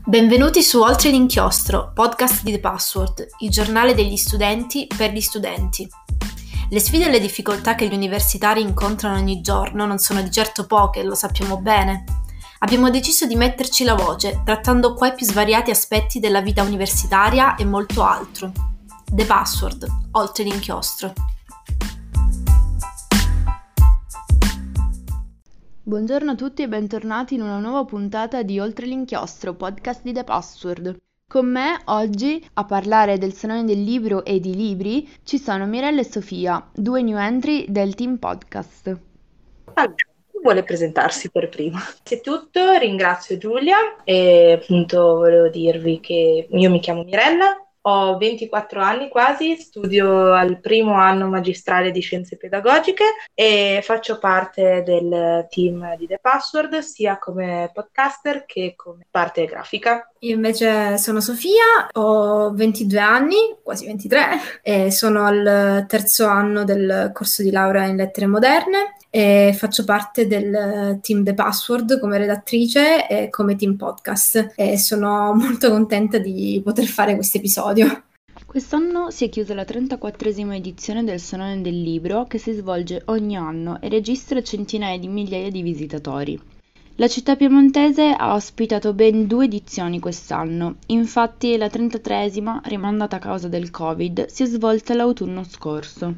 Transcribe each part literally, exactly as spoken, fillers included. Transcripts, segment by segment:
Benvenuti su Oltre l'inchiostro, podcast di The Password, il giornale degli studenti per gli studenti. Le sfide e le difficoltà che gli universitari incontrano ogni giorno non sono di certo poche, lo sappiamo bene. Abbiamo deciso di metterci la voce, trattando qua i più svariati aspetti della vita universitaria e molto altro. The Password, Oltre l'inchiostro. Buongiorno a tutti e bentornati in una nuova puntata di Oltre l'inchiostro, podcast di The Password. Con me oggi a parlare del Salone del Libro e di libri ci sono Mirella e Sofia, due new entry del team podcast. Allora, chi vuole presentarsi per prima? Innanzitutto ringrazio Giulia e appunto volevo dirvi che io mi chiamo Mirella. Ho ventiquattro anni quasi, studio al primo anno magistrale di scienze pedagogiche e faccio parte del team di The Password sia come podcaster che come parte grafica. Io invece sono Sofia, ho ventidue anni, quasi ventitré, e sono al terzo anno del corso di laurea in lettere moderne e faccio parte del team The Password come redattrice e come team podcast e sono molto contenta di poter fare questo episodio. Quest'anno si è chiusa la trentaquattresima edizione del Salone del Libro che si svolge ogni anno e registra centinaia di migliaia di visitatori. La città piemontese ha ospitato ben due edizioni quest'anno, infatti la trentatreesima, rimandata a causa del Covid, si è svolta l'autunno scorso.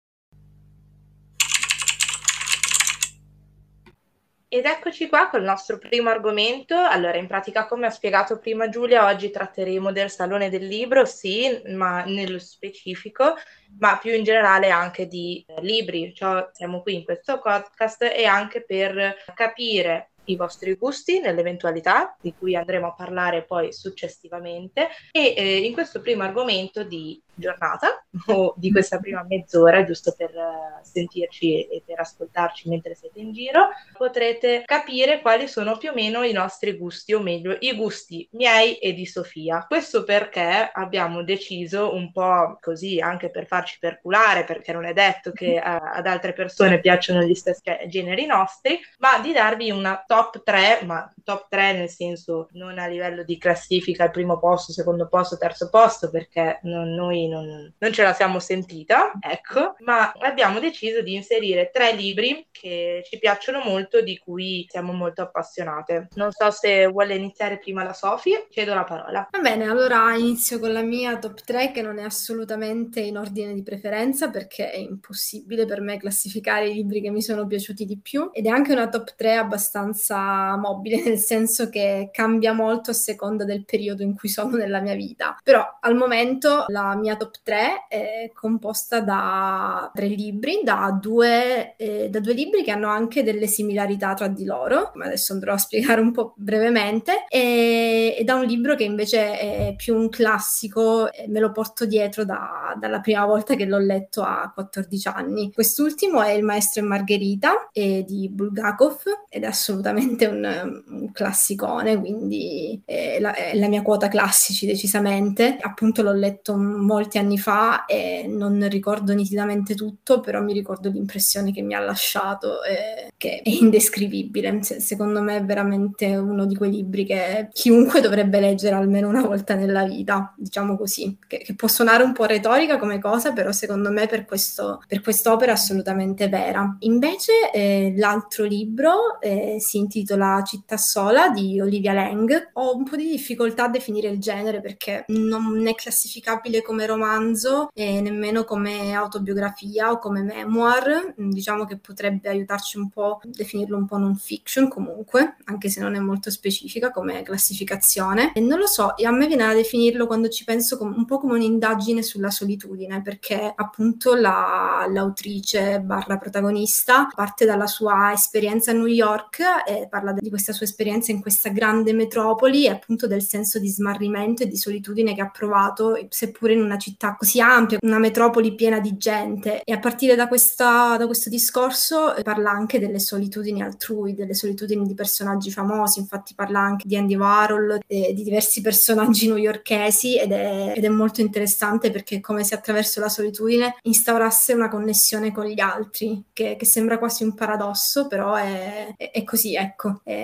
Ed eccoci qua col nostro primo argomento. Allora, in pratica, come ha spiegato prima Giulia, oggi tratteremo del Salone del Libro, sì, ma nello specifico, ma più in generale anche di eh, libri. Cioè, siamo qui in questo podcast e anche per capire i vostri gusti nell'eventualità di cui andremo a parlare poi successivamente e eh, in questo primo argomento di giornata o di questa prima mezz'ora, giusto per uh, sentirci e per ascoltarci mentre siete in giro, potrete capire quali sono più o meno i nostri gusti, o meglio i gusti miei e di Sofia. Questo perché abbiamo deciso un po' così, anche per farci perculare, perché non è detto che uh, ad altre persone piacciono gli stessi generi nostri, ma di darvi una top tre, ma top tre nel senso non a livello di classifica, al primo posto, secondo posto, terzo posto, perché non, noi Non, non ce la siamo sentita, ecco, ma abbiamo deciso di inserire tre libri che ci piacciono molto, di cui siamo molto appassionate. Non so se vuole iniziare prima la Sofia, chiedo la parola. Va bene, allora inizio con la mia top tre che non è assolutamente in ordine di preferenza perché è impossibile per me classificare i libri che mi sono piaciuti di più ed è anche una top tre abbastanza mobile, nel senso che cambia molto a seconda del periodo in cui sono nella mia vita. Però al momento la mia top tre è composta da tre libri, da due, eh, da due libri che hanno anche delle similarità tra di loro, ma adesso andrò a spiegare un po' brevemente, e, e da un libro che invece è più un classico, e me lo porto dietro da, dalla prima volta che l'ho letto a quattordici anni. Quest'ultimo è Il Maestro e Margherita è di Bulgakov ed è assolutamente un, un classicone, quindi è la, è la mia quota classici decisamente. Appunto l'ho letto molti anni fa e non ricordo nitidamente tutto, però mi ricordo l'impressione che mi ha lasciato, eh, che è indescrivibile. Se, secondo me è veramente uno di quei libri che chiunque dovrebbe leggere almeno una volta nella vita, diciamo così, che, che può suonare un po' retorica come cosa, però secondo me per, questo, per quest'opera è assolutamente vera. Invece eh, l'altro libro eh, si intitola Città sola di Olivia Lang. Ho un po' di difficoltà a definire il genere perché non è classificabile come romanzo e nemmeno come autobiografia o come memoir, diciamo che potrebbe aiutarci un po' a definirlo un po' non fiction comunque, anche se non è molto specifica come classificazione. E non lo so, a me viene da definirlo quando ci penso com- un po' come un'indagine sulla solitudine, perché appunto la, l'autrice barra protagonista parte dalla sua esperienza a New York e parla di questa sua esperienza in questa grande metropoli e appunto del senso di smarrimento e di solitudine che ha provato, seppure in una città così ampia, una metropoli piena di gente, e a partire da, questa, da questo discorso eh, parla anche delle solitudini altrui, delle solitudini di personaggi famosi. Infatti parla anche di Andy Warhol, eh, di diversi personaggi newyorkesi ed è, ed è molto interessante perché è come se attraverso la solitudine instaurasse una connessione con gli altri, che, che sembra quasi un paradosso, però è, è, è così, ecco, è molto interessante.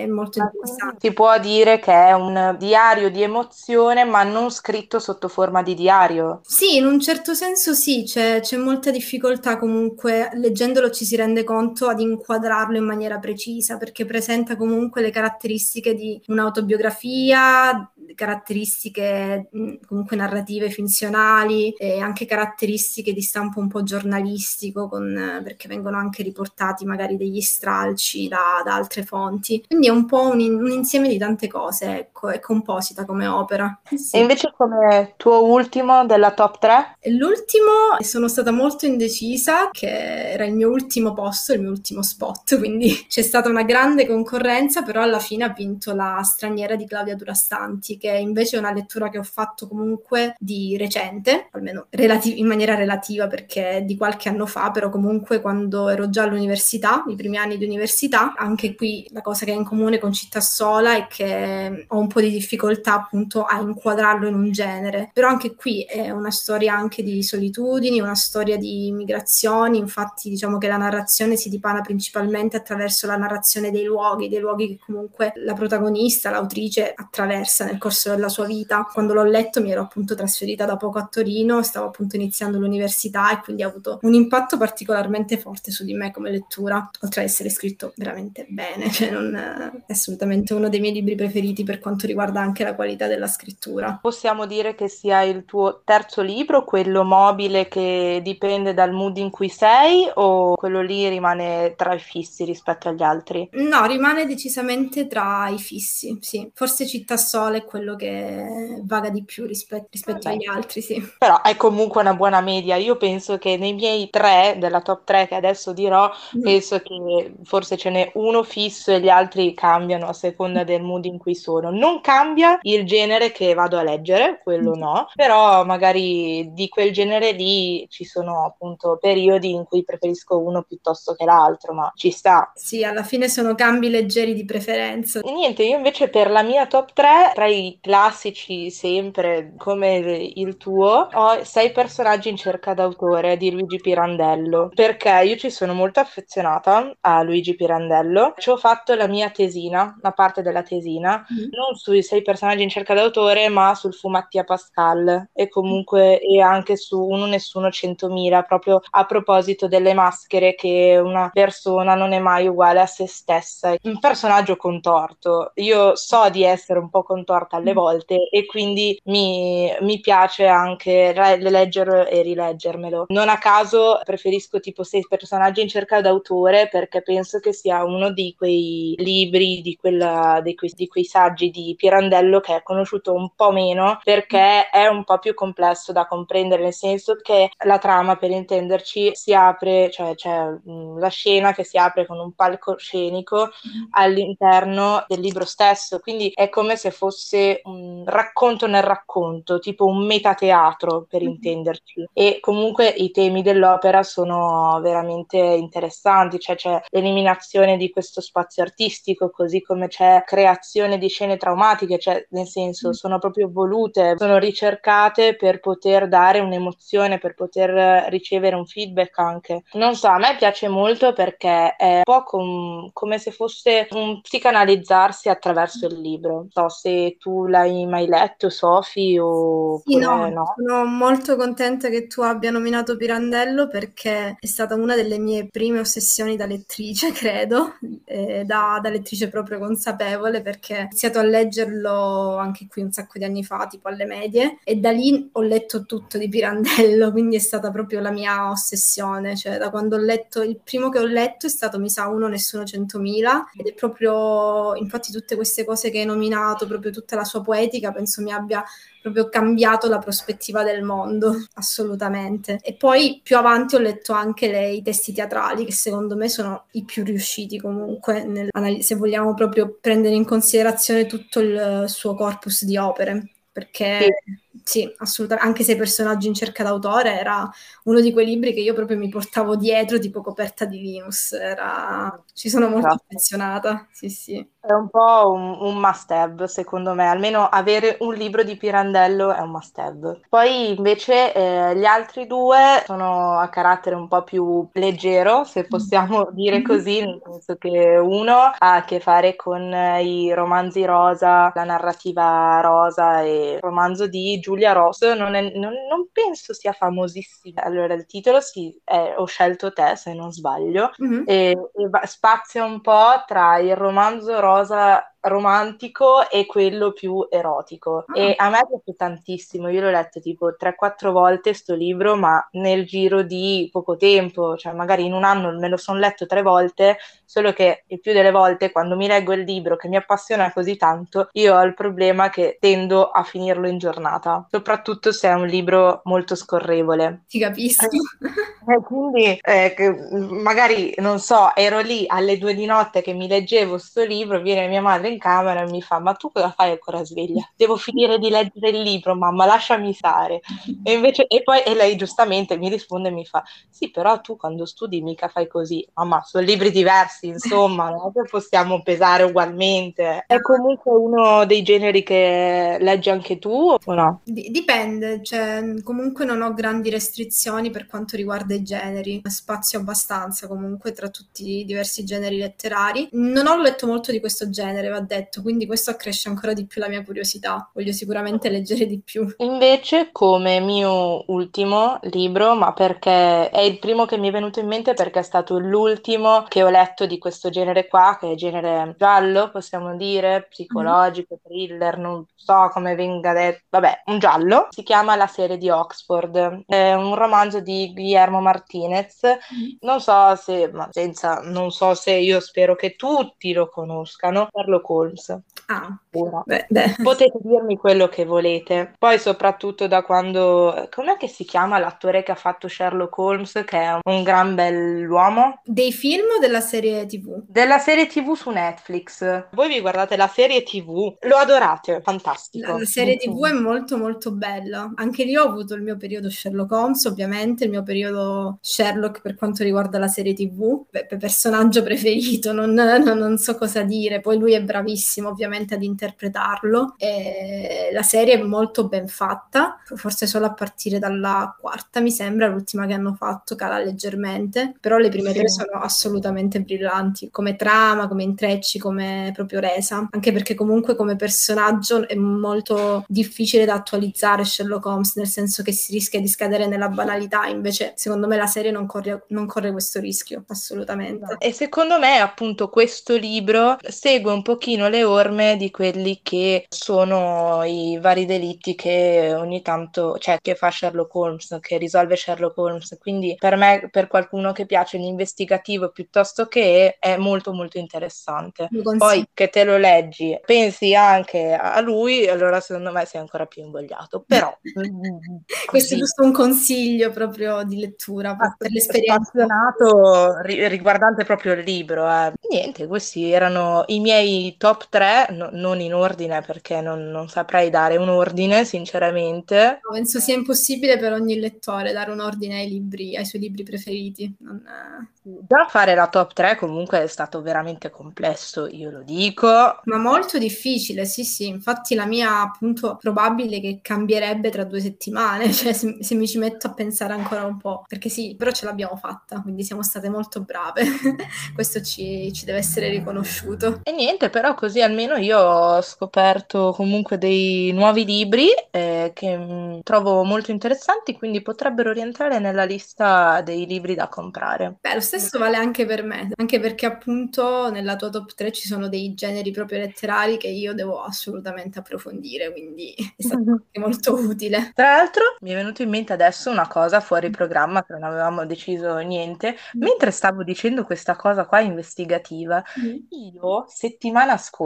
interessante. Si può dire che è un diario di emozione, ma non scritto sotto forma di diario. Sì, in un certo senso sì, c'è, c'è molta difficoltà comunque, leggendolo ci si rende conto ad inquadrarlo in maniera precisa, perché presenta comunque le caratteristiche di un'autobiografia, caratteristiche mh, comunque narrative finzionali e anche caratteristiche di stampo un po' giornalistico, con, eh, perché vengono anche riportati magari degli stralci da, da altre fonti. Quindi è un po' un, in- un insieme di tante cose, ecco, è composita come opera. E Sì. invece come tuo ultimo della top tre? E l'ultimo sono stata molto indecisa, che era il mio ultimo posto, il mio ultimo spot, quindi c'è stata una grande concorrenza, però alla fine ha vinto La straniera di Claudia Durastanti, che invece è una lettura che ho fatto comunque di recente, almeno relati- in maniera relativa perché è di qualche anno fa, però comunque quando ero già all'università, i primi anni di università. Anche qui la cosa che è in comune con Città Sola è che ho un po' di difficoltà appunto a inquadrarlo in un genere, però anche qui è una storia anche di solitudini, una storia di migrazioni. Infatti diciamo che la narrazione si dipana principalmente attraverso la narrazione dei luoghi, dei luoghi che comunque la protagonista, l'autrice, attraversa nel corso della sua vita. Quando l'ho letto mi ero appunto trasferita da poco a Torino, stavo appunto iniziando l'università e quindi ha avuto un impatto particolarmente forte su di me come lettura, oltre ad essere scritto veramente bene, cioè non, è assolutamente uno dei miei libri preferiti per quanto riguarda anche la qualità della scrittura. Possiamo dire che sia il tuo terzo libro, quello mobile che dipende dal mood in cui sei, o quello lì rimane tra i fissi rispetto agli altri? No, rimane decisamente tra i fissi, sì. Forse Città Sola è quello che vaga di più rispetto, rispetto Vabbè. agli altri, sì. Però è comunque una buona media. Io penso che nei miei tre, della top tre che adesso dirò, Mm. penso che forse ce n'è uno fisso e gli altri cambiano a seconda del mood in cui sono. Non cambia il genere che vado a leggere, quello no, però magari di quel genere lì ci sono appunto periodi in cui preferisco uno piuttosto che l'altro, ma ci sta. Sì, alla fine sono cambi leggeri di preferenza. E niente, io invece per la mia top tre, tra i classici sempre come il tuo, ho Sei personaggi in cerca d'autore di Luigi Pirandello, perché io ci sono molto affezionata a Luigi Pirandello. Ci ho fatto la mia tesina, una parte della tesina, Mm. non sui sei personaggi in cerca d'autore, ma sul fu Mattia Pascal e comunque e anche su Uno Nessuno Centomila, proprio a proposito delle maschere, che una persona non è mai uguale a se stessa. Un personaggio contorto. Io so di essere un po' contorta alle volte e quindi mi, mi piace anche re- leggerlo e rileggermelo. Non a caso preferisco tipo Sei personaggi in cerca d'autore, perché penso che sia uno di quei libri, di, quella, di, quei, di quei saggi di Pirandello che è conosciuto un po' meno, perché è un po' più complesso da comprendere, nel senso che la trama, per intenderci, si apre, cioè c'è mh, la scena che si apre con un palcoscenico all'interno del libro stesso, quindi è come se fosse un racconto nel racconto, tipo un metateatro, per intenderci. E comunque i temi dell'opera sono veramente interessanti, cioè c'è l'eliminazione di questo spazio artistico, così come c'è creazione di scene traumatiche, cioè nel senso sono proprio volute, sono ricercate per poter dare un'emozione, per poter ricevere un feedback anche. Non so, a me piace molto perché è un po' com- come se fosse un psicanalizzarsi attraverso il libro. Non so se tu l'hai mai letto, Sofi, Sì, oppure no, no. sono molto contenta che tu abbia nominato Pirandello perché è stata una delle mie prime ossessioni da lettrice, credo, eh, da, da lettrice proprio consapevole, perché ho iniziato a leggerlo anche qui un sacco di anni fa, tipo alle medie, e da lì ho letto tutto di Pirandello, quindi è stata proprio la mia ossessione, cioè da quando ho letto, il primo che ho letto è stato, mi sa, Uno Nessuno Centomila, ed è proprio, infatti tutte queste cose che hai nominato, proprio tutta la sua poetica, penso mi abbia proprio cambiato la prospettiva del mondo, assolutamente. E poi più avanti ho letto anche le, i testi teatrali, che secondo me sono i più riusciti comunque, nel, se vogliamo proprio prendere in considerazione tutto il suo corpus di opere, perché Sì. sì, assolutamente, anche se i personaggi in cerca d'autore era uno di quei libri che io proprio mi portavo dietro, tipo coperta di Linus, era... ci sono molto Esatto. affezionata, sì sì. È un po' un, un must have, secondo me, almeno avere un libro di Pirandello è un must have. Poi invece eh, gli altri due sono a carattere un po' più leggero, se possiamo dire così, nel senso che uno ha a che fare con eh, i romanzi rosa, la narrativa rosa e il romanzo di Giulia Ross, non, è- non- non penso sia famosissimo. Allora, il titolo sì, è Ho scelto te, se non sbaglio, Mhm. e, e va- spazia un po' tra il romanzo rosa romantico e quello più erotico. Ah, E a me piace tantissimo, io l'ho letto tipo tre quattro volte sto libro, ma nel giro di poco tempo, cioè magari in un anno me lo sono letto tre volte, solo che il più delle volte quando mi leggo il libro che mi appassiona così tanto, io ho il problema che tendo a finirlo in giornata, soprattutto se è un libro molto scorrevole. ti capisco. Eh, quindi eh, che, mm, magari non so, ero lì alle due di notte che mi leggevo sto libro, viene mia madre in camera e mi fa: Ma tu cosa fai ancora sveglia? Devo finire di leggere il libro, mamma, lasciami stare. E invece, e poi e lei giustamente mi risponde e mi fa: Sì, però tu quando studi mica fai così, mamma, sono libri diversi, insomma, non è che possiamo pesare ugualmente. È comunque uno dei generi che leggi anche tu o no? Di- Dipende, cioè comunque non ho grandi restrizioni per quanto riguarda i generi, spazio abbastanza comunque tra tutti i diversi generi letterari. Non ho letto molto di questo genere, va detto, quindi questo accresce ancora di più la mia curiosità. Voglio sicuramente leggere di più. Invece, come mio ultimo libro, ma perché è il primo che mi è venuto in mente perché è stato l'ultimo che ho letto di questo genere qua, che è genere giallo, possiamo dire, Mhm. psicologico, thriller, non so come venga detto, vabbè, un giallo. Si chiama La serie di Oxford, è un romanzo di Guillermo Martinez. Mhm. Non so se, ma senza, non so se io spero che tutti lo conoscano, Sherlock Holmes. Ah, Ora. beh, beh. Potete dirmi quello che volete. Poi, soprattutto da quando. Com'è che si chiama l'attore che ha fatto Sherlock Holmes, che è un gran bell'uomo? Dei film o della serie T V? Della serie T V su Netflix. Voi vi guardate la serie T V, lo adorate, La, la fantastico. serie T V è molto molto bella. Anche lì ho avuto il mio periodo Sherlock Holmes, ovviamente, il mio periodo Sherlock per quanto riguarda la serie T V. Beh, per personaggio preferito, non, non- non so cosa dire. Poi lui è bravissimo ovviamente ad interpretarlo. E la serie è molto ben fatta, forse solo a partire dalla quarta, mi sembra, l'ultima che hanno fatto cala leggermente, però le prime Sì. tre sono assolutamente brillanti, come trama, come intrecci, come proprio resa, anche perché comunque come personaggio è molto difficile da attualizzare Sherlock Holmes, nel senso che si rischia di scadere nella banalità, invece secondo me la serie non corre, non corre questo rischio, assolutamente. E secondo me, appunto, questo libro segue un pochino le orme di quelli che sono i vari delitti che ogni tanto, cioè, che fa Sherlock Holmes, che risolve Sherlock Holmes. Quindi per me, per qualcuno che piace l'investigativo piuttosto che è molto molto interessante. Lo consiglio. Poi che te lo leggi, pensi anche a lui, allora secondo me sei ancora più invogliato. Però, mm, Questo è così. giusto un consiglio proprio di lettura Ah, per l'esperienza. spazionato ri- riguardante proprio il libro. eh. Niente, questi erano i miei top tre, no- non in ordine perché non, non saprei dare un ordine, sinceramente. Penso sia impossibile per ogni lettore dare un ordine ai libri, ai suoi libri preferiti. Non, eh, Già fare la top tre comunque è stato veramente complesso, io lo dico. Ma molto difficile, sì, sì. Infatti la mia, appunto, probabile che cambierebbe tra due settimane, cioè se, se mi ci metto a pensare ancora un po'. Perché sì, però ce l'abbiamo fatta, quindi siamo state molto brave. Questo ci, ci deve essere riconosciuto. E niente, però così almeno io ho scoperto comunque dei nuovi libri eh, che mm, trovo molto interessanti, quindi potrebbero rientrare nella lista dei libri da comprare. Beh, lo stesso vale anche per me, anche perché appunto nella tua top tre ci sono dei generi proprio letterari che io devo assolutamente approfondire, quindi è stato anche molto utile. Tra l'altro, mi è venuto in mente adesso una cosa fuori programma che non avevamo deciso niente. Mm. Mentre stavo dicendo questa cosa qua investigativa, Mm. io settimana scorsa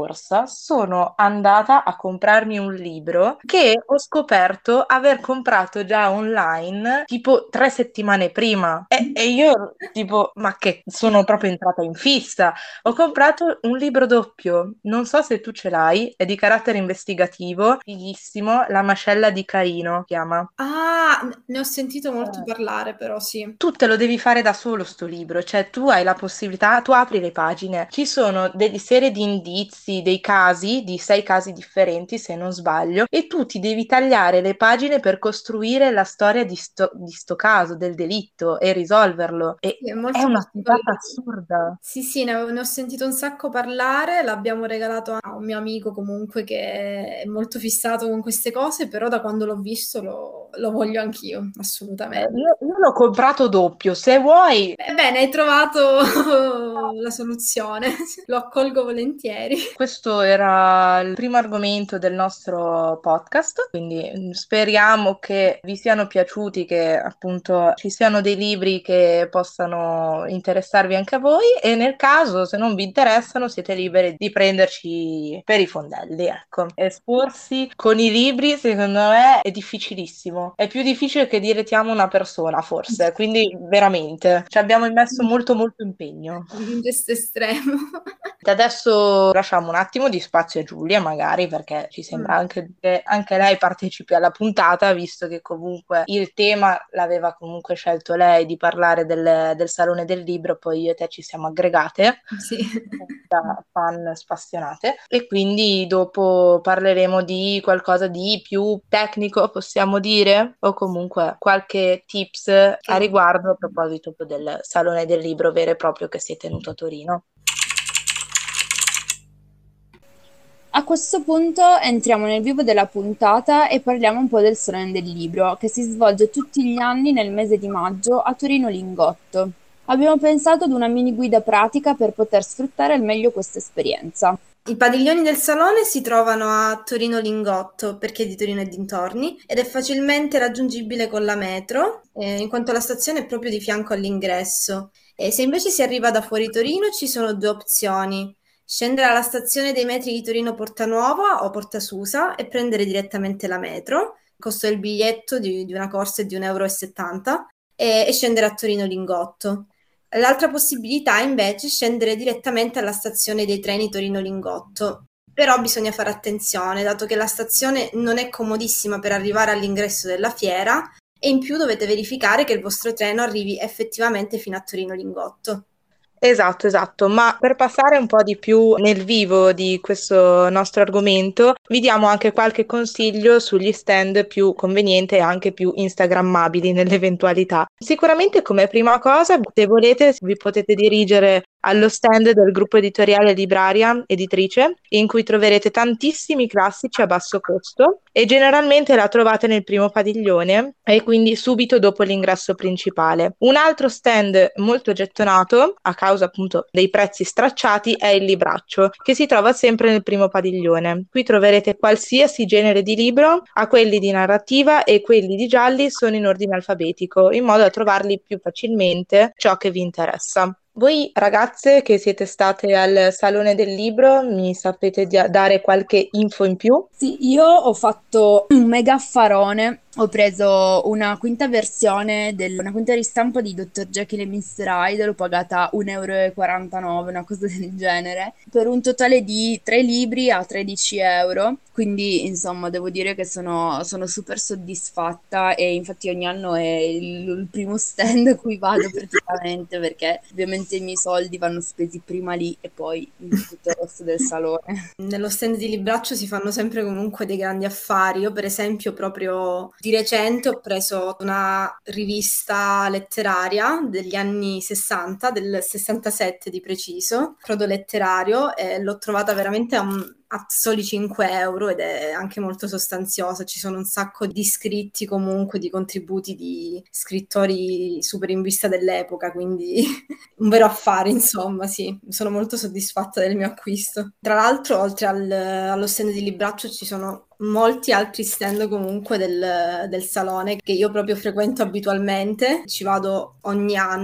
sono andata a comprarmi un libro che ho scoperto aver comprato già online tipo tre settimane prima e, e io tipo, ma che sono proprio entrata in fissa. Ho comprato un libro doppio, non so se tu ce l'hai, è di carattere investigativo, fighissimo, La mascella di Caino, si chiama. Ah, n- ne ho sentito molto Eh. parlare, però sì. Tu te lo devi fare da solo sto libro, cioè tu hai la possibilità, tu apri le pagine, ci sono delle serie di indizi, dei casi, di sei casi differenti se non sbaglio, e tu ti devi tagliare le pagine per costruire la storia di sto, di sto caso, del delitto e risolverlo. E Sì, è è molto una figata particolare. assurda. Sì, sì, ne, avevo- ne ho sentito un sacco parlare, l'abbiamo regalato a un mio amico comunque che è molto fissato con queste cose, però da quando l'ho visto lo, lo voglio anch'io, Eh, assolutamente. io, io l'ho comprato doppio, se vuoi. Ebbene, hai trovato la soluzione, lo accolgo volentieri. Questo era il primo argomento del nostro podcast, quindi mm, speriamo che vi siano piaciuti, che appunto ci siano dei libri che possano interessarvi anche a voi e nel caso, se non vi interessano, siete liberi di prenderci per i fondelli, ecco. Esporsi con i libri, secondo me, è difficilissimo. È più difficile che dire ti amo una persona, forse, quindi veramente ci abbiamo messo molto molto impegno. Un gesto estremo. Adesso lasciamo un attimo di spazio a Giulia, magari, perché ci Mm. sembra anche che anche lei partecipi alla puntata, visto che comunque il tema l'aveva comunque scelto lei di parlare del, del Salone del Libro, poi io e te ci siamo aggregate Sì. da fan spassionate e quindi dopo parleremo di qualcosa di più tecnico, possiamo dire, o comunque qualche tips a Ok. riguardo a proposito del Salone del Libro vero e proprio che si è tenuto a Torino. A questo punto entriamo nel vivo della puntata e parliamo un po' del Salone del Libro, che si svolge tutti gli anni nel mese di maggio a Torino Lingotto. Abbiamo pensato ad una mini guida pratica per poter sfruttare al meglio questa esperienza. I padiglioni del salone si trovano a Torino Lingotto, perché di Torino e dintorni, ed è facilmente raggiungibile con la metro, eh, in quanto la stazione è proprio di fianco all'ingresso. E se invece si arriva da fuori Torino ci sono due opzioni: scendere alla stazione dei metri di Torino Porta Nuova o Porta Susa e prendere direttamente la metro. Il costo del biglietto di, di una corsa è di un euro e settanta e, e scendere a Torino Lingotto. L'altra possibilità invece è scendere direttamente alla stazione dei treni Torino-Lingotto. Però bisogna fare attenzione, dato che la stazione non è comodissima per arrivare all'ingresso della fiera e in più dovete verificare che il vostro treno arrivi effettivamente fino a Torino-Lingotto. Esatto, esatto, ma per passare un po' di più nel vivo di questo nostro argomento, vi diamo anche qualche consiglio sugli stand più convenienti e anche più instagrammabili nell'eventualità. Sicuramente come prima cosa, se volete, vi potete dirigere allo stand del gruppo editoriale Libraria Editrice, in cui troverete tantissimi classici a basso costo e generalmente la trovate nel primo padiglione e quindi subito dopo l'ingresso principale. Un altro stand molto gettonato, a causa appunto dei prezzi stracciati, è il Libraccio, che si trova sempre nel primo padiglione. Qui troverete qualsiasi genere di libro, a quelli di narrativa e quelli di gialli sono in ordine alfabetico, in modo da trovarli più facilmente ciò che vi interessa. Voi ragazze che siete state al Salone del Libro, mi sapete dia- dare qualche info in più? Sì, io ho fatto un mega affarone, ho preso una quinta versione, del, una quinta ristampa di dottor Jekyll e mister Hyde, l'ho pagata un euro e quarantanove, una cosa del genere, per un totale di tre libri a tredici euro, quindi insomma devo dire che sono, sono super soddisfatta e infatti ogni anno è il, il primo stand a cui vado praticamente, perché ovviamente i miei soldi vanno spesi prima lì e poi in tutto il resto del salone. Nello stand di Libraccio si fanno sempre comunque dei grandi affari. Io per esempio proprio di recente ho preso una rivista letteraria degli anni sessanta, del sessantasette di preciso, Frodo Letterario, e l'ho trovata veramente a, un- a soli cinque euro ed è anche molto sostanziosa. Ci sono un sacco di scritti comunque, di contributi di scrittori super in vista dell'epoca, quindi un vero affare, insomma, sì, sono molto soddisfatta del mio acquisto. Tra l'altro, oltre al- allo stand di Libraccio ci sono molti altri stand comunque del, del salone che io proprio frequento abitualmente, ci vado ogni anno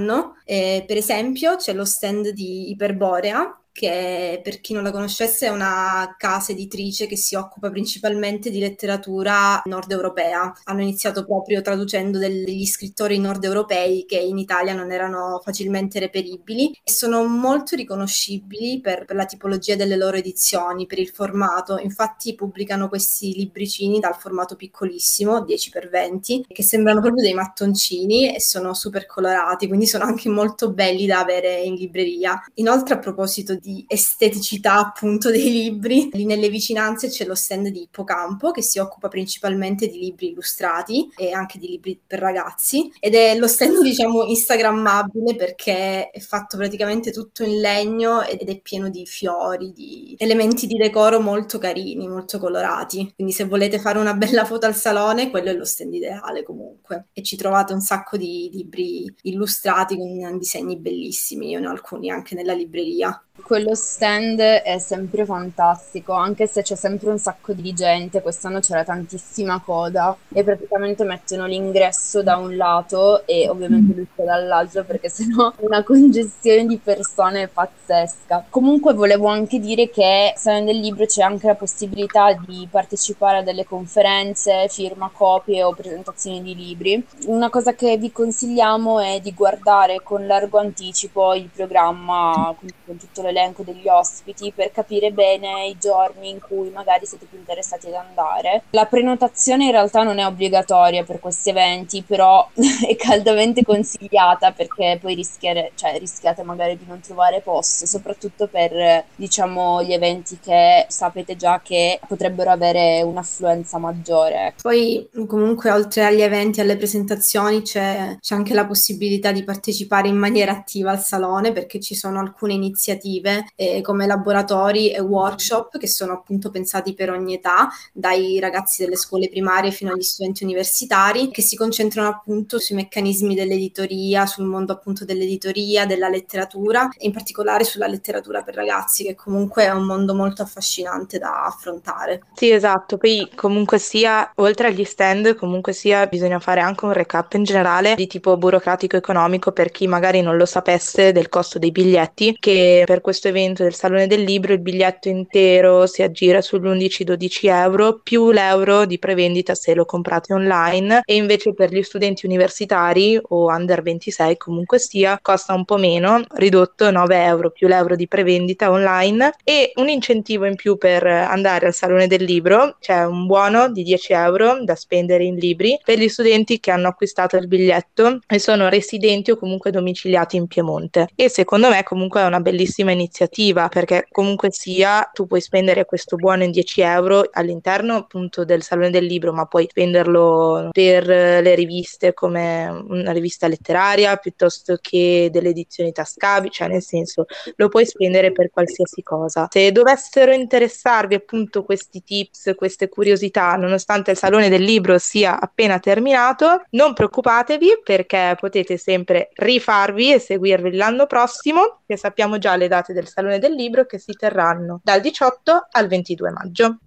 Eh, per esempio c'è lo stand di Iperborea, che per chi non la conoscesse è una casa editrice che si occupa principalmente di letteratura nord europea. Hanno iniziato proprio traducendo degli scrittori nord europei che in Italia non erano facilmente reperibili e sono molto riconoscibili per, per la tipologia delle loro edizioni, per il formato. Infatti pubblicano questi libricini dal formato piccolissimo, dieci per venti, che sembrano proprio dei mattoncini e sono super colorati, quindi sono anche molto belli da avere in libreria. Inoltre, a proposito di di esteticità appunto dei libri, lì nelle vicinanze c'è lo stand di Ippocampo che si occupa principalmente di libri illustrati e anche di libri per ragazzi, ed è lo stand diciamo instagrammabile perché è fatto praticamente tutto in legno ed è pieno di fiori, di elementi di decoro molto carini, molto colorati, quindi se volete fare una bella foto al salone quello è lo stand ideale comunque, e ci trovate un sacco di libri illustrati con disegni bellissimi, io ne ho alcuni anche nella libreria. Quello stand è sempre fantastico, anche se c'è sempre un sacco di gente. Quest'anno c'era tantissima coda e praticamente mettono l'ingresso da un lato e ovviamente l'uscita dall'altro, perché sennò una congestione di persone pazzesca. Comunque volevo anche dire che se nel libro c'è anche la possibilità di partecipare a delle conferenze, firma copie o presentazioni di libri. Una cosa che vi consigliamo è di guardare con largo anticipo il programma, quindi con tutto l'elenco degli ospiti, per capire bene i giorni in cui magari siete più interessati ad andare. La prenotazione in realtà non è obbligatoria per questi eventi, però è caldamente consigliata, perché poi rischiare, cioè, rischiate magari di non trovare posto, soprattutto per diciamo gli eventi che sapete già che potrebbero avere un'affluenza maggiore. Poi comunque oltre agli eventi e alle presentazioni c'è, c'è anche la possibilità di partecipare in maniera attiva al salone, perché ci sono alcune iniziative eh, come laboratori e workshop che sono appunto pensati per ogni età, dai ragazzi delle scuole primarie fino agli studenti universitari, che si concentrano appunto sui meccanismi dell'editoria, sul mondo appunto dell'editoria, della letteratura e in particolare sulla letteratura per ragazzi, che comunque è un mondo molto affascinante da affrontare. Sì, esatto, poi comunque sia, oltre agli stand, comunque sia, bisogna fare anche un recap in generale di tipo burocratico-economico per chi magari non lo sapesse del costo dei biglietti, che per questo evento del Salone del Libro il biglietto intero si aggira sull'undici dodici euro più l'euro di prevendita se lo comprate online, e invece per gli studenti universitari o under ventisei comunque sia costa un po' meno, ridotto nove euro più l'euro di prevendita online, e un incentivo in più per andare al Salone del Libro, c'è un buono di dieci euro da spendere in libri per gli studenti che hanno acquistato il biglietto e sono residenti o comunque domiciliati in Piemonte, e secondo me comunque è una bellissima iniziativa, perché comunque sia tu puoi spendere questo buono in dieci euro all'interno appunto del Salone del Libro, ma puoi spenderlo per le riviste come una rivista letteraria piuttosto che delle edizioni tascabili, cioè nel senso lo puoi spendere per qualsiasi cosa. Se dovessero interessarvi appunto questi tips, queste curiosità, nonostante il Salone del Libro sia appena terminato, non preoccupatevi, perché potete sempre rifarvi e seguirvi l'anno prossimo, che sappiamo già le date del Salone del Libro, che si terranno dal diciotto al ventidue maggio.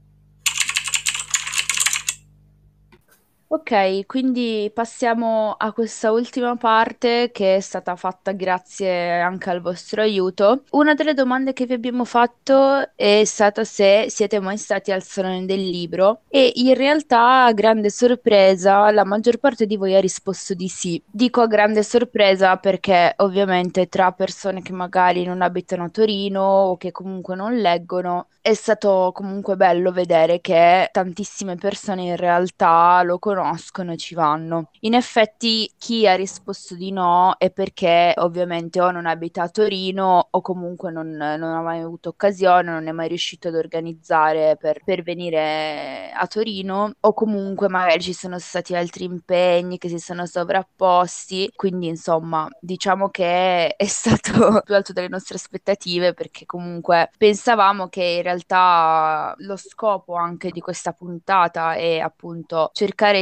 Ok, quindi passiamo a questa ultima parte che è stata fatta grazie anche al vostro aiuto. Una delle domande che vi abbiamo fatto è stata se siete mai stati al Salone del Libro, e in realtà, a grande sorpresa, la maggior parte di voi ha risposto di sì. Dico a grande sorpresa perché ovviamente tra persone che magari non abitano a Torino o che comunque non leggono, è stato comunque bello vedere che tantissime persone in realtà lo conoscono e ci vanno. In effetti, chi ha risposto di no è perché ovviamente o non abita a Torino o comunque non, non ha mai avuto occasione, non è mai riuscito ad organizzare per, per venire a Torino, o comunque magari ci sono stati altri impegni che si sono sovrapposti. Quindi insomma, diciamo che è stato più alto delle nostre aspettative, perché comunque pensavamo che in realtà lo scopo anche di questa puntata è appunto cercare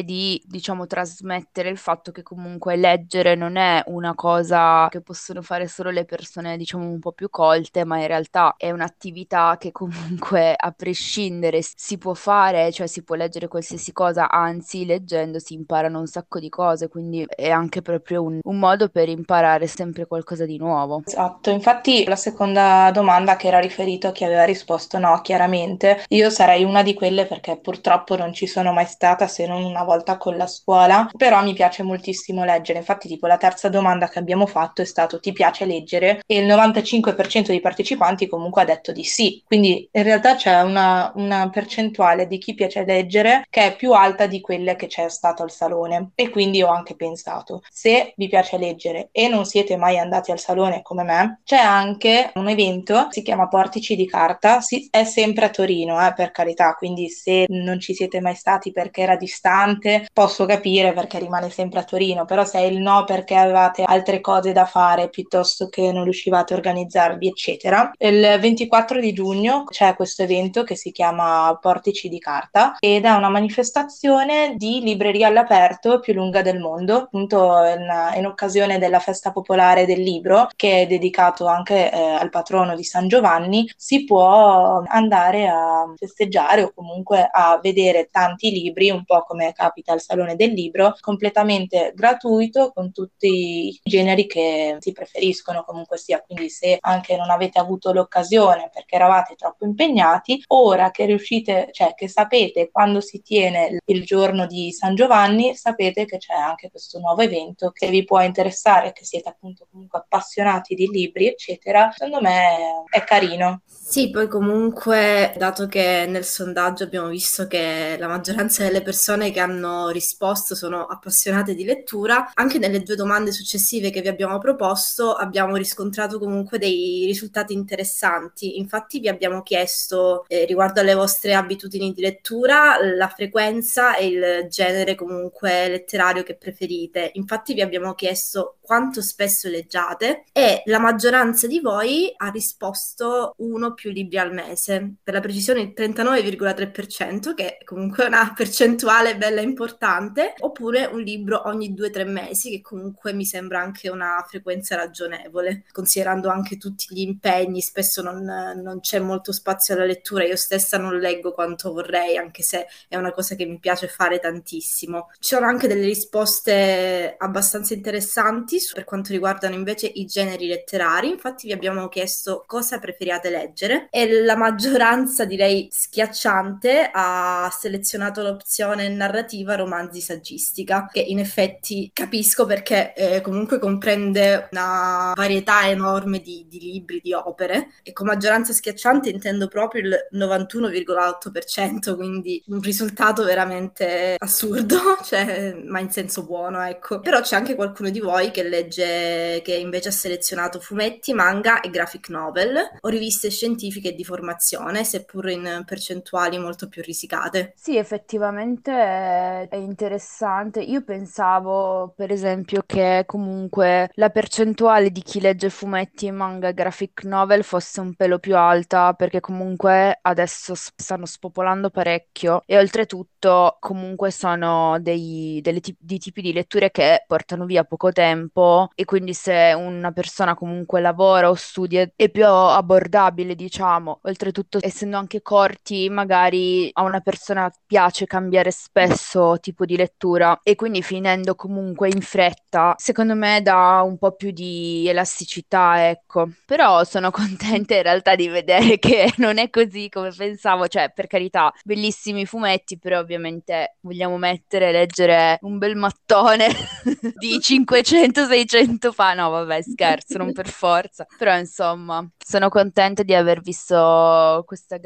di, diciamo, trasmettere il fatto che comunque leggere non è una cosa che possono fare solo le persone, diciamo, un po' più colte, ma in realtà è un'attività che comunque a prescindere si può fare, cioè si può leggere qualsiasi cosa, anzi leggendo si imparano un sacco di cose, quindi è anche proprio un, un modo per imparare sempre qualcosa di nuovo. Esatto, infatti la seconda domanda che era riferito a chi aveva risposto no, chiaramente, io sarei una di quelle perché purtroppo non ci sono mai stata se non una volta con la scuola, però mi piace moltissimo leggere, infatti tipo la terza domanda che abbiamo fatto è stato ti piace leggere e il novantacinque per cento dei partecipanti comunque ha detto di sì, quindi in realtà c'è una, una percentuale di chi piace leggere che è più alta di quelle che c'è stato al salone e quindi ho anche pensato, se vi piace leggere e non siete mai andati al salone come me, c'è anche un evento, si chiama Portici di Carta, si, è sempre a Torino, eh, per carità, quindi se non ci siete mai stati perché era distante, posso capire perché rimane sempre a Torino, però se è il no perché avevate altre cose da fare piuttosto che non riuscivate a organizzarvi, eccetera, il ventiquattro di giugno c'è questo evento che si chiama Portici di Carta ed è una manifestazione di libreria all'aperto più lunga del mondo, appunto in, in occasione della festa popolare del libro che è dedicato anche eh, al patrono di San Giovanni, si può andare a festeggiare o comunque a vedere tanti libri, un po' come capita al Salone del Libro, completamente gratuito con tutti i generi che si preferiscono comunque sia, quindi se anche non avete avuto l'occasione perché eravate troppo impegnati, ora che riuscite, cioè che sapete quando si tiene il giorno di San Giovanni, sapete che c'è anche questo nuovo evento che vi può interessare, che siete appunto comunque appassionati di libri, eccetera. Secondo me è carino. Sì, poi comunque, dato che nel sondaggio abbiamo visto che la maggioranza delle persone che hanno risposto sono appassionate di lettura, anche nelle due domande successive che vi abbiamo proposto abbiamo riscontrato comunque dei risultati interessanti. Infatti vi abbiamo chiesto, eh, riguardo alle vostre abitudini di lettura, la frequenza e il genere comunque letterario che preferite. Infatti vi abbiamo chiesto quanto spesso leggiate e la maggioranza di voi ha risposto uno più libri al mese, per la precisione il trentanove virgola tre per cento, che è comunque una percentuale bella importante, oppure un libro ogni due o tre mesi, che comunque mi sembra anche una frequenza ragionevole, considerando anche tutti gli impegni, spesso non, non c'è molto spazio alla lettura, io stessa non leggo quanto vorrei, anche se è una cosa che mi piace fare tantissimo. Ci sono anche delle risposte abbastanza interessanti per quanto riguardano invece i generi letterari, infatti vi abbiamo chiesto cosa preferiate leggere e la maggioranza, direi schiacciante, ha selezionato l'opzione narrativa romanzi saggistica, che in effetti capisco perché eh, comunque comprende una varietà enorme di, di libri, di opere, e con maggioranza schiacciante intendo proprio il novantuno virgola otto per cento, quindi un risultato veramente assurdo, cioè, ma in senso buono, ecco. Però c'è anche qualcuno di voi che legge, che invece ha selezionato fumetti, manga e graphic novel o riviste scientifiche e di formazione, seppur in percentuali molto più risicate. Sì, effettivamente è, è interessante. Io pensavo, per esempio, che comunque la percentuale di chi legge fumetti, manga e graphic novel fosse un pelo più alta, perché comunque adesso s- stanno spopolando parecchio e oltretutto comunque sono dei, delle ti- di tipi di letture che portano via poco tempo e quindi se una persona comunque lavora o studia è più abbordabile, diciamo. Oltretutto, essendo anche corti, magari a una persona piace cambiare spesso tipo di lettura e quindi finendo comunque in fretta, secondo me dà un po' più di elasticità, ecco. Però sono contenta in realtà di vedere che non è così come pensavo, cioè per carità, bellissimi fumetti, però ovviamente vogliamo mettere, leggere un bel mattone di cinquecento seicento fa, no vabbè scherzo, non per forza, però insomma sono contenta di aver visto questa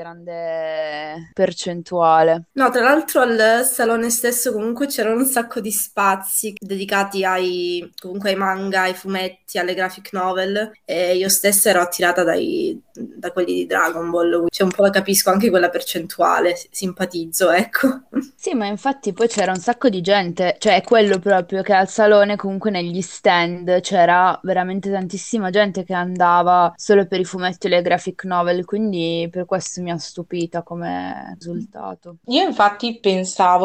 grande percentuale. No, tra l'altro al salone stesso comunque c'erano un sacco di spazi dedicati ai, comunque ai manga, ai fumetti, alle graphic novel, e io stessa ero attirata dai, da quelli di Dragon Ball, cioè un po' capisco anche quella percentuale, simpatizzo, ecco. Sì, ma infatti poi c'era un sacco di gente, cioè è quello proprio che al salone comunque negli stand c'era veramente tantissima gente che andava solo per i fumetti e le graphic novel, quindi per questo mi ha stupita come risultato. Io infatti pensavo, perché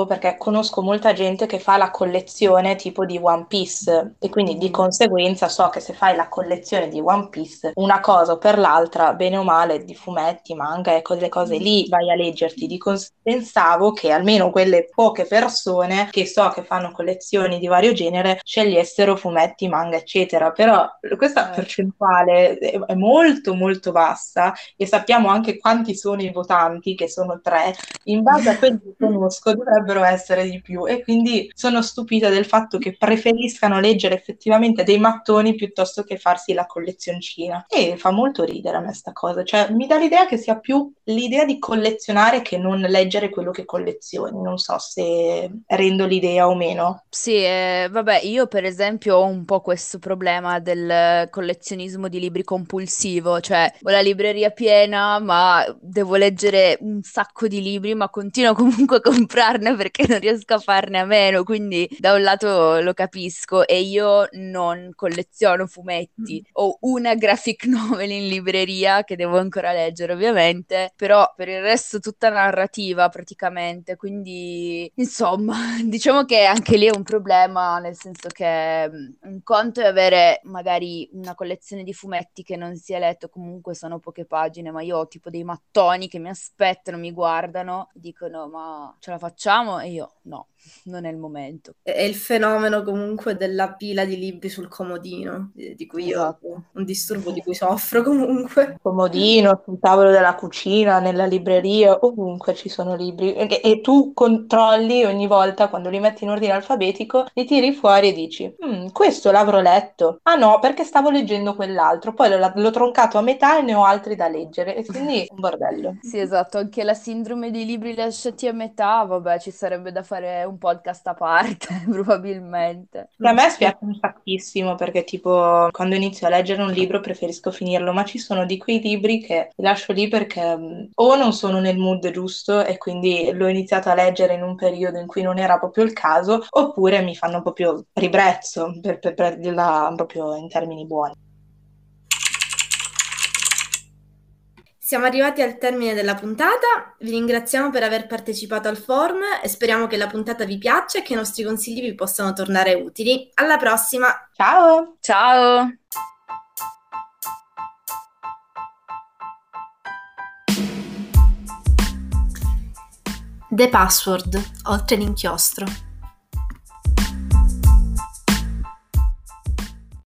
conosco molta gente che fa la collezione tipo di One Piece e quindi di conseguenza so che se fai la collezione di One Piece, una cosa o per l'altra, bene o male, di fumetti, manga e quelle cose lì vai a leggerti. Di cons- pensavo che almeno quelle poche persone che so che fanno collezioni di vario genere scegliessero fumetti, manga, eccetera, però questa Eh. percentuale è è molto molto bassa e sappiamo anche quanti sono i votanti, che sono tre. In base a quelli che conosco dovrebbero essere di più e quindi sono stupita del fatto che preferiscano leggere effettivamente dei mattoni piuttosto che farsi la collezioncina, e fa molto ridere a me sta cosa, cioè mi dà l'idea che sia più l'idea di collezionare che non leggere quello che collezioni. Non so se rendo l'idea o meno. Sì, eh, vabbè, io per esempio ho un po' questo problema del collezionismo di libri compulsivo, cioè ho la libreria piena, ma devo leggere un sacco di libri, ma continuo comunque a comprarne perché non riesco a farne a meno, quindi da un lato lo capisco e io non colleziono fumetti, ho una graphic novel in libreria che devo ancora leggere ovviamente, però per il resto tutta narrativa praticamente, quindi insomma diciamo che anche lì è un problema, nel senso che mh, un conto è avere magari una collezione di fumetti che non si è letto, comunque sono poche pagine, ma io ho tipo dei mattoni che mi aspettano, mi guardano, dicono ma ce la facciamo? E io no, non è il momento. È il fenomeno comunque della pila di libri sul comodino, di di cui io Esatto. un disturbo di cui soffro comunque. Comodino, sul tavolo della cucina, nella libreria, ovunque ci sono libri e, e tu controlli ogni volta quando li metti in ordine alfabetico, li tiri fuori e dici "Mm, questo l'avrò letto, ah no perché stavo leggendo quell'altro, poi l'ho, l'ho troncato a metà e ne ho altri da leggere", e quindi un bordello. Sì, esatto, anche la sindrome dei libri lasciati a metà, vabbè, ci sarebbe da fare un podcast a parte, probabilmente. A me spiace un sacchissimo perché tipo quando inizio a leggere un libro preferisco finirlo, ma ci sono di quei libri che li lascio lì perché mh, o non sono nel mood giusto e quindi l'ho iniziato a leggere in un periodo in cui non era proprio il caso, oppure mi fanno proprio ribrezzo, per, per, per dirla proprio in termini buoni. Siamo arrivati al termine della puntata, vi ringraziamo per aver partecipato al forum e speriamo che la puntata vi piaccia e che i nostri consigli vi possano tornare utili. Alla prossima! Ciao! Ciao! The Password, oltre l'inchiostro.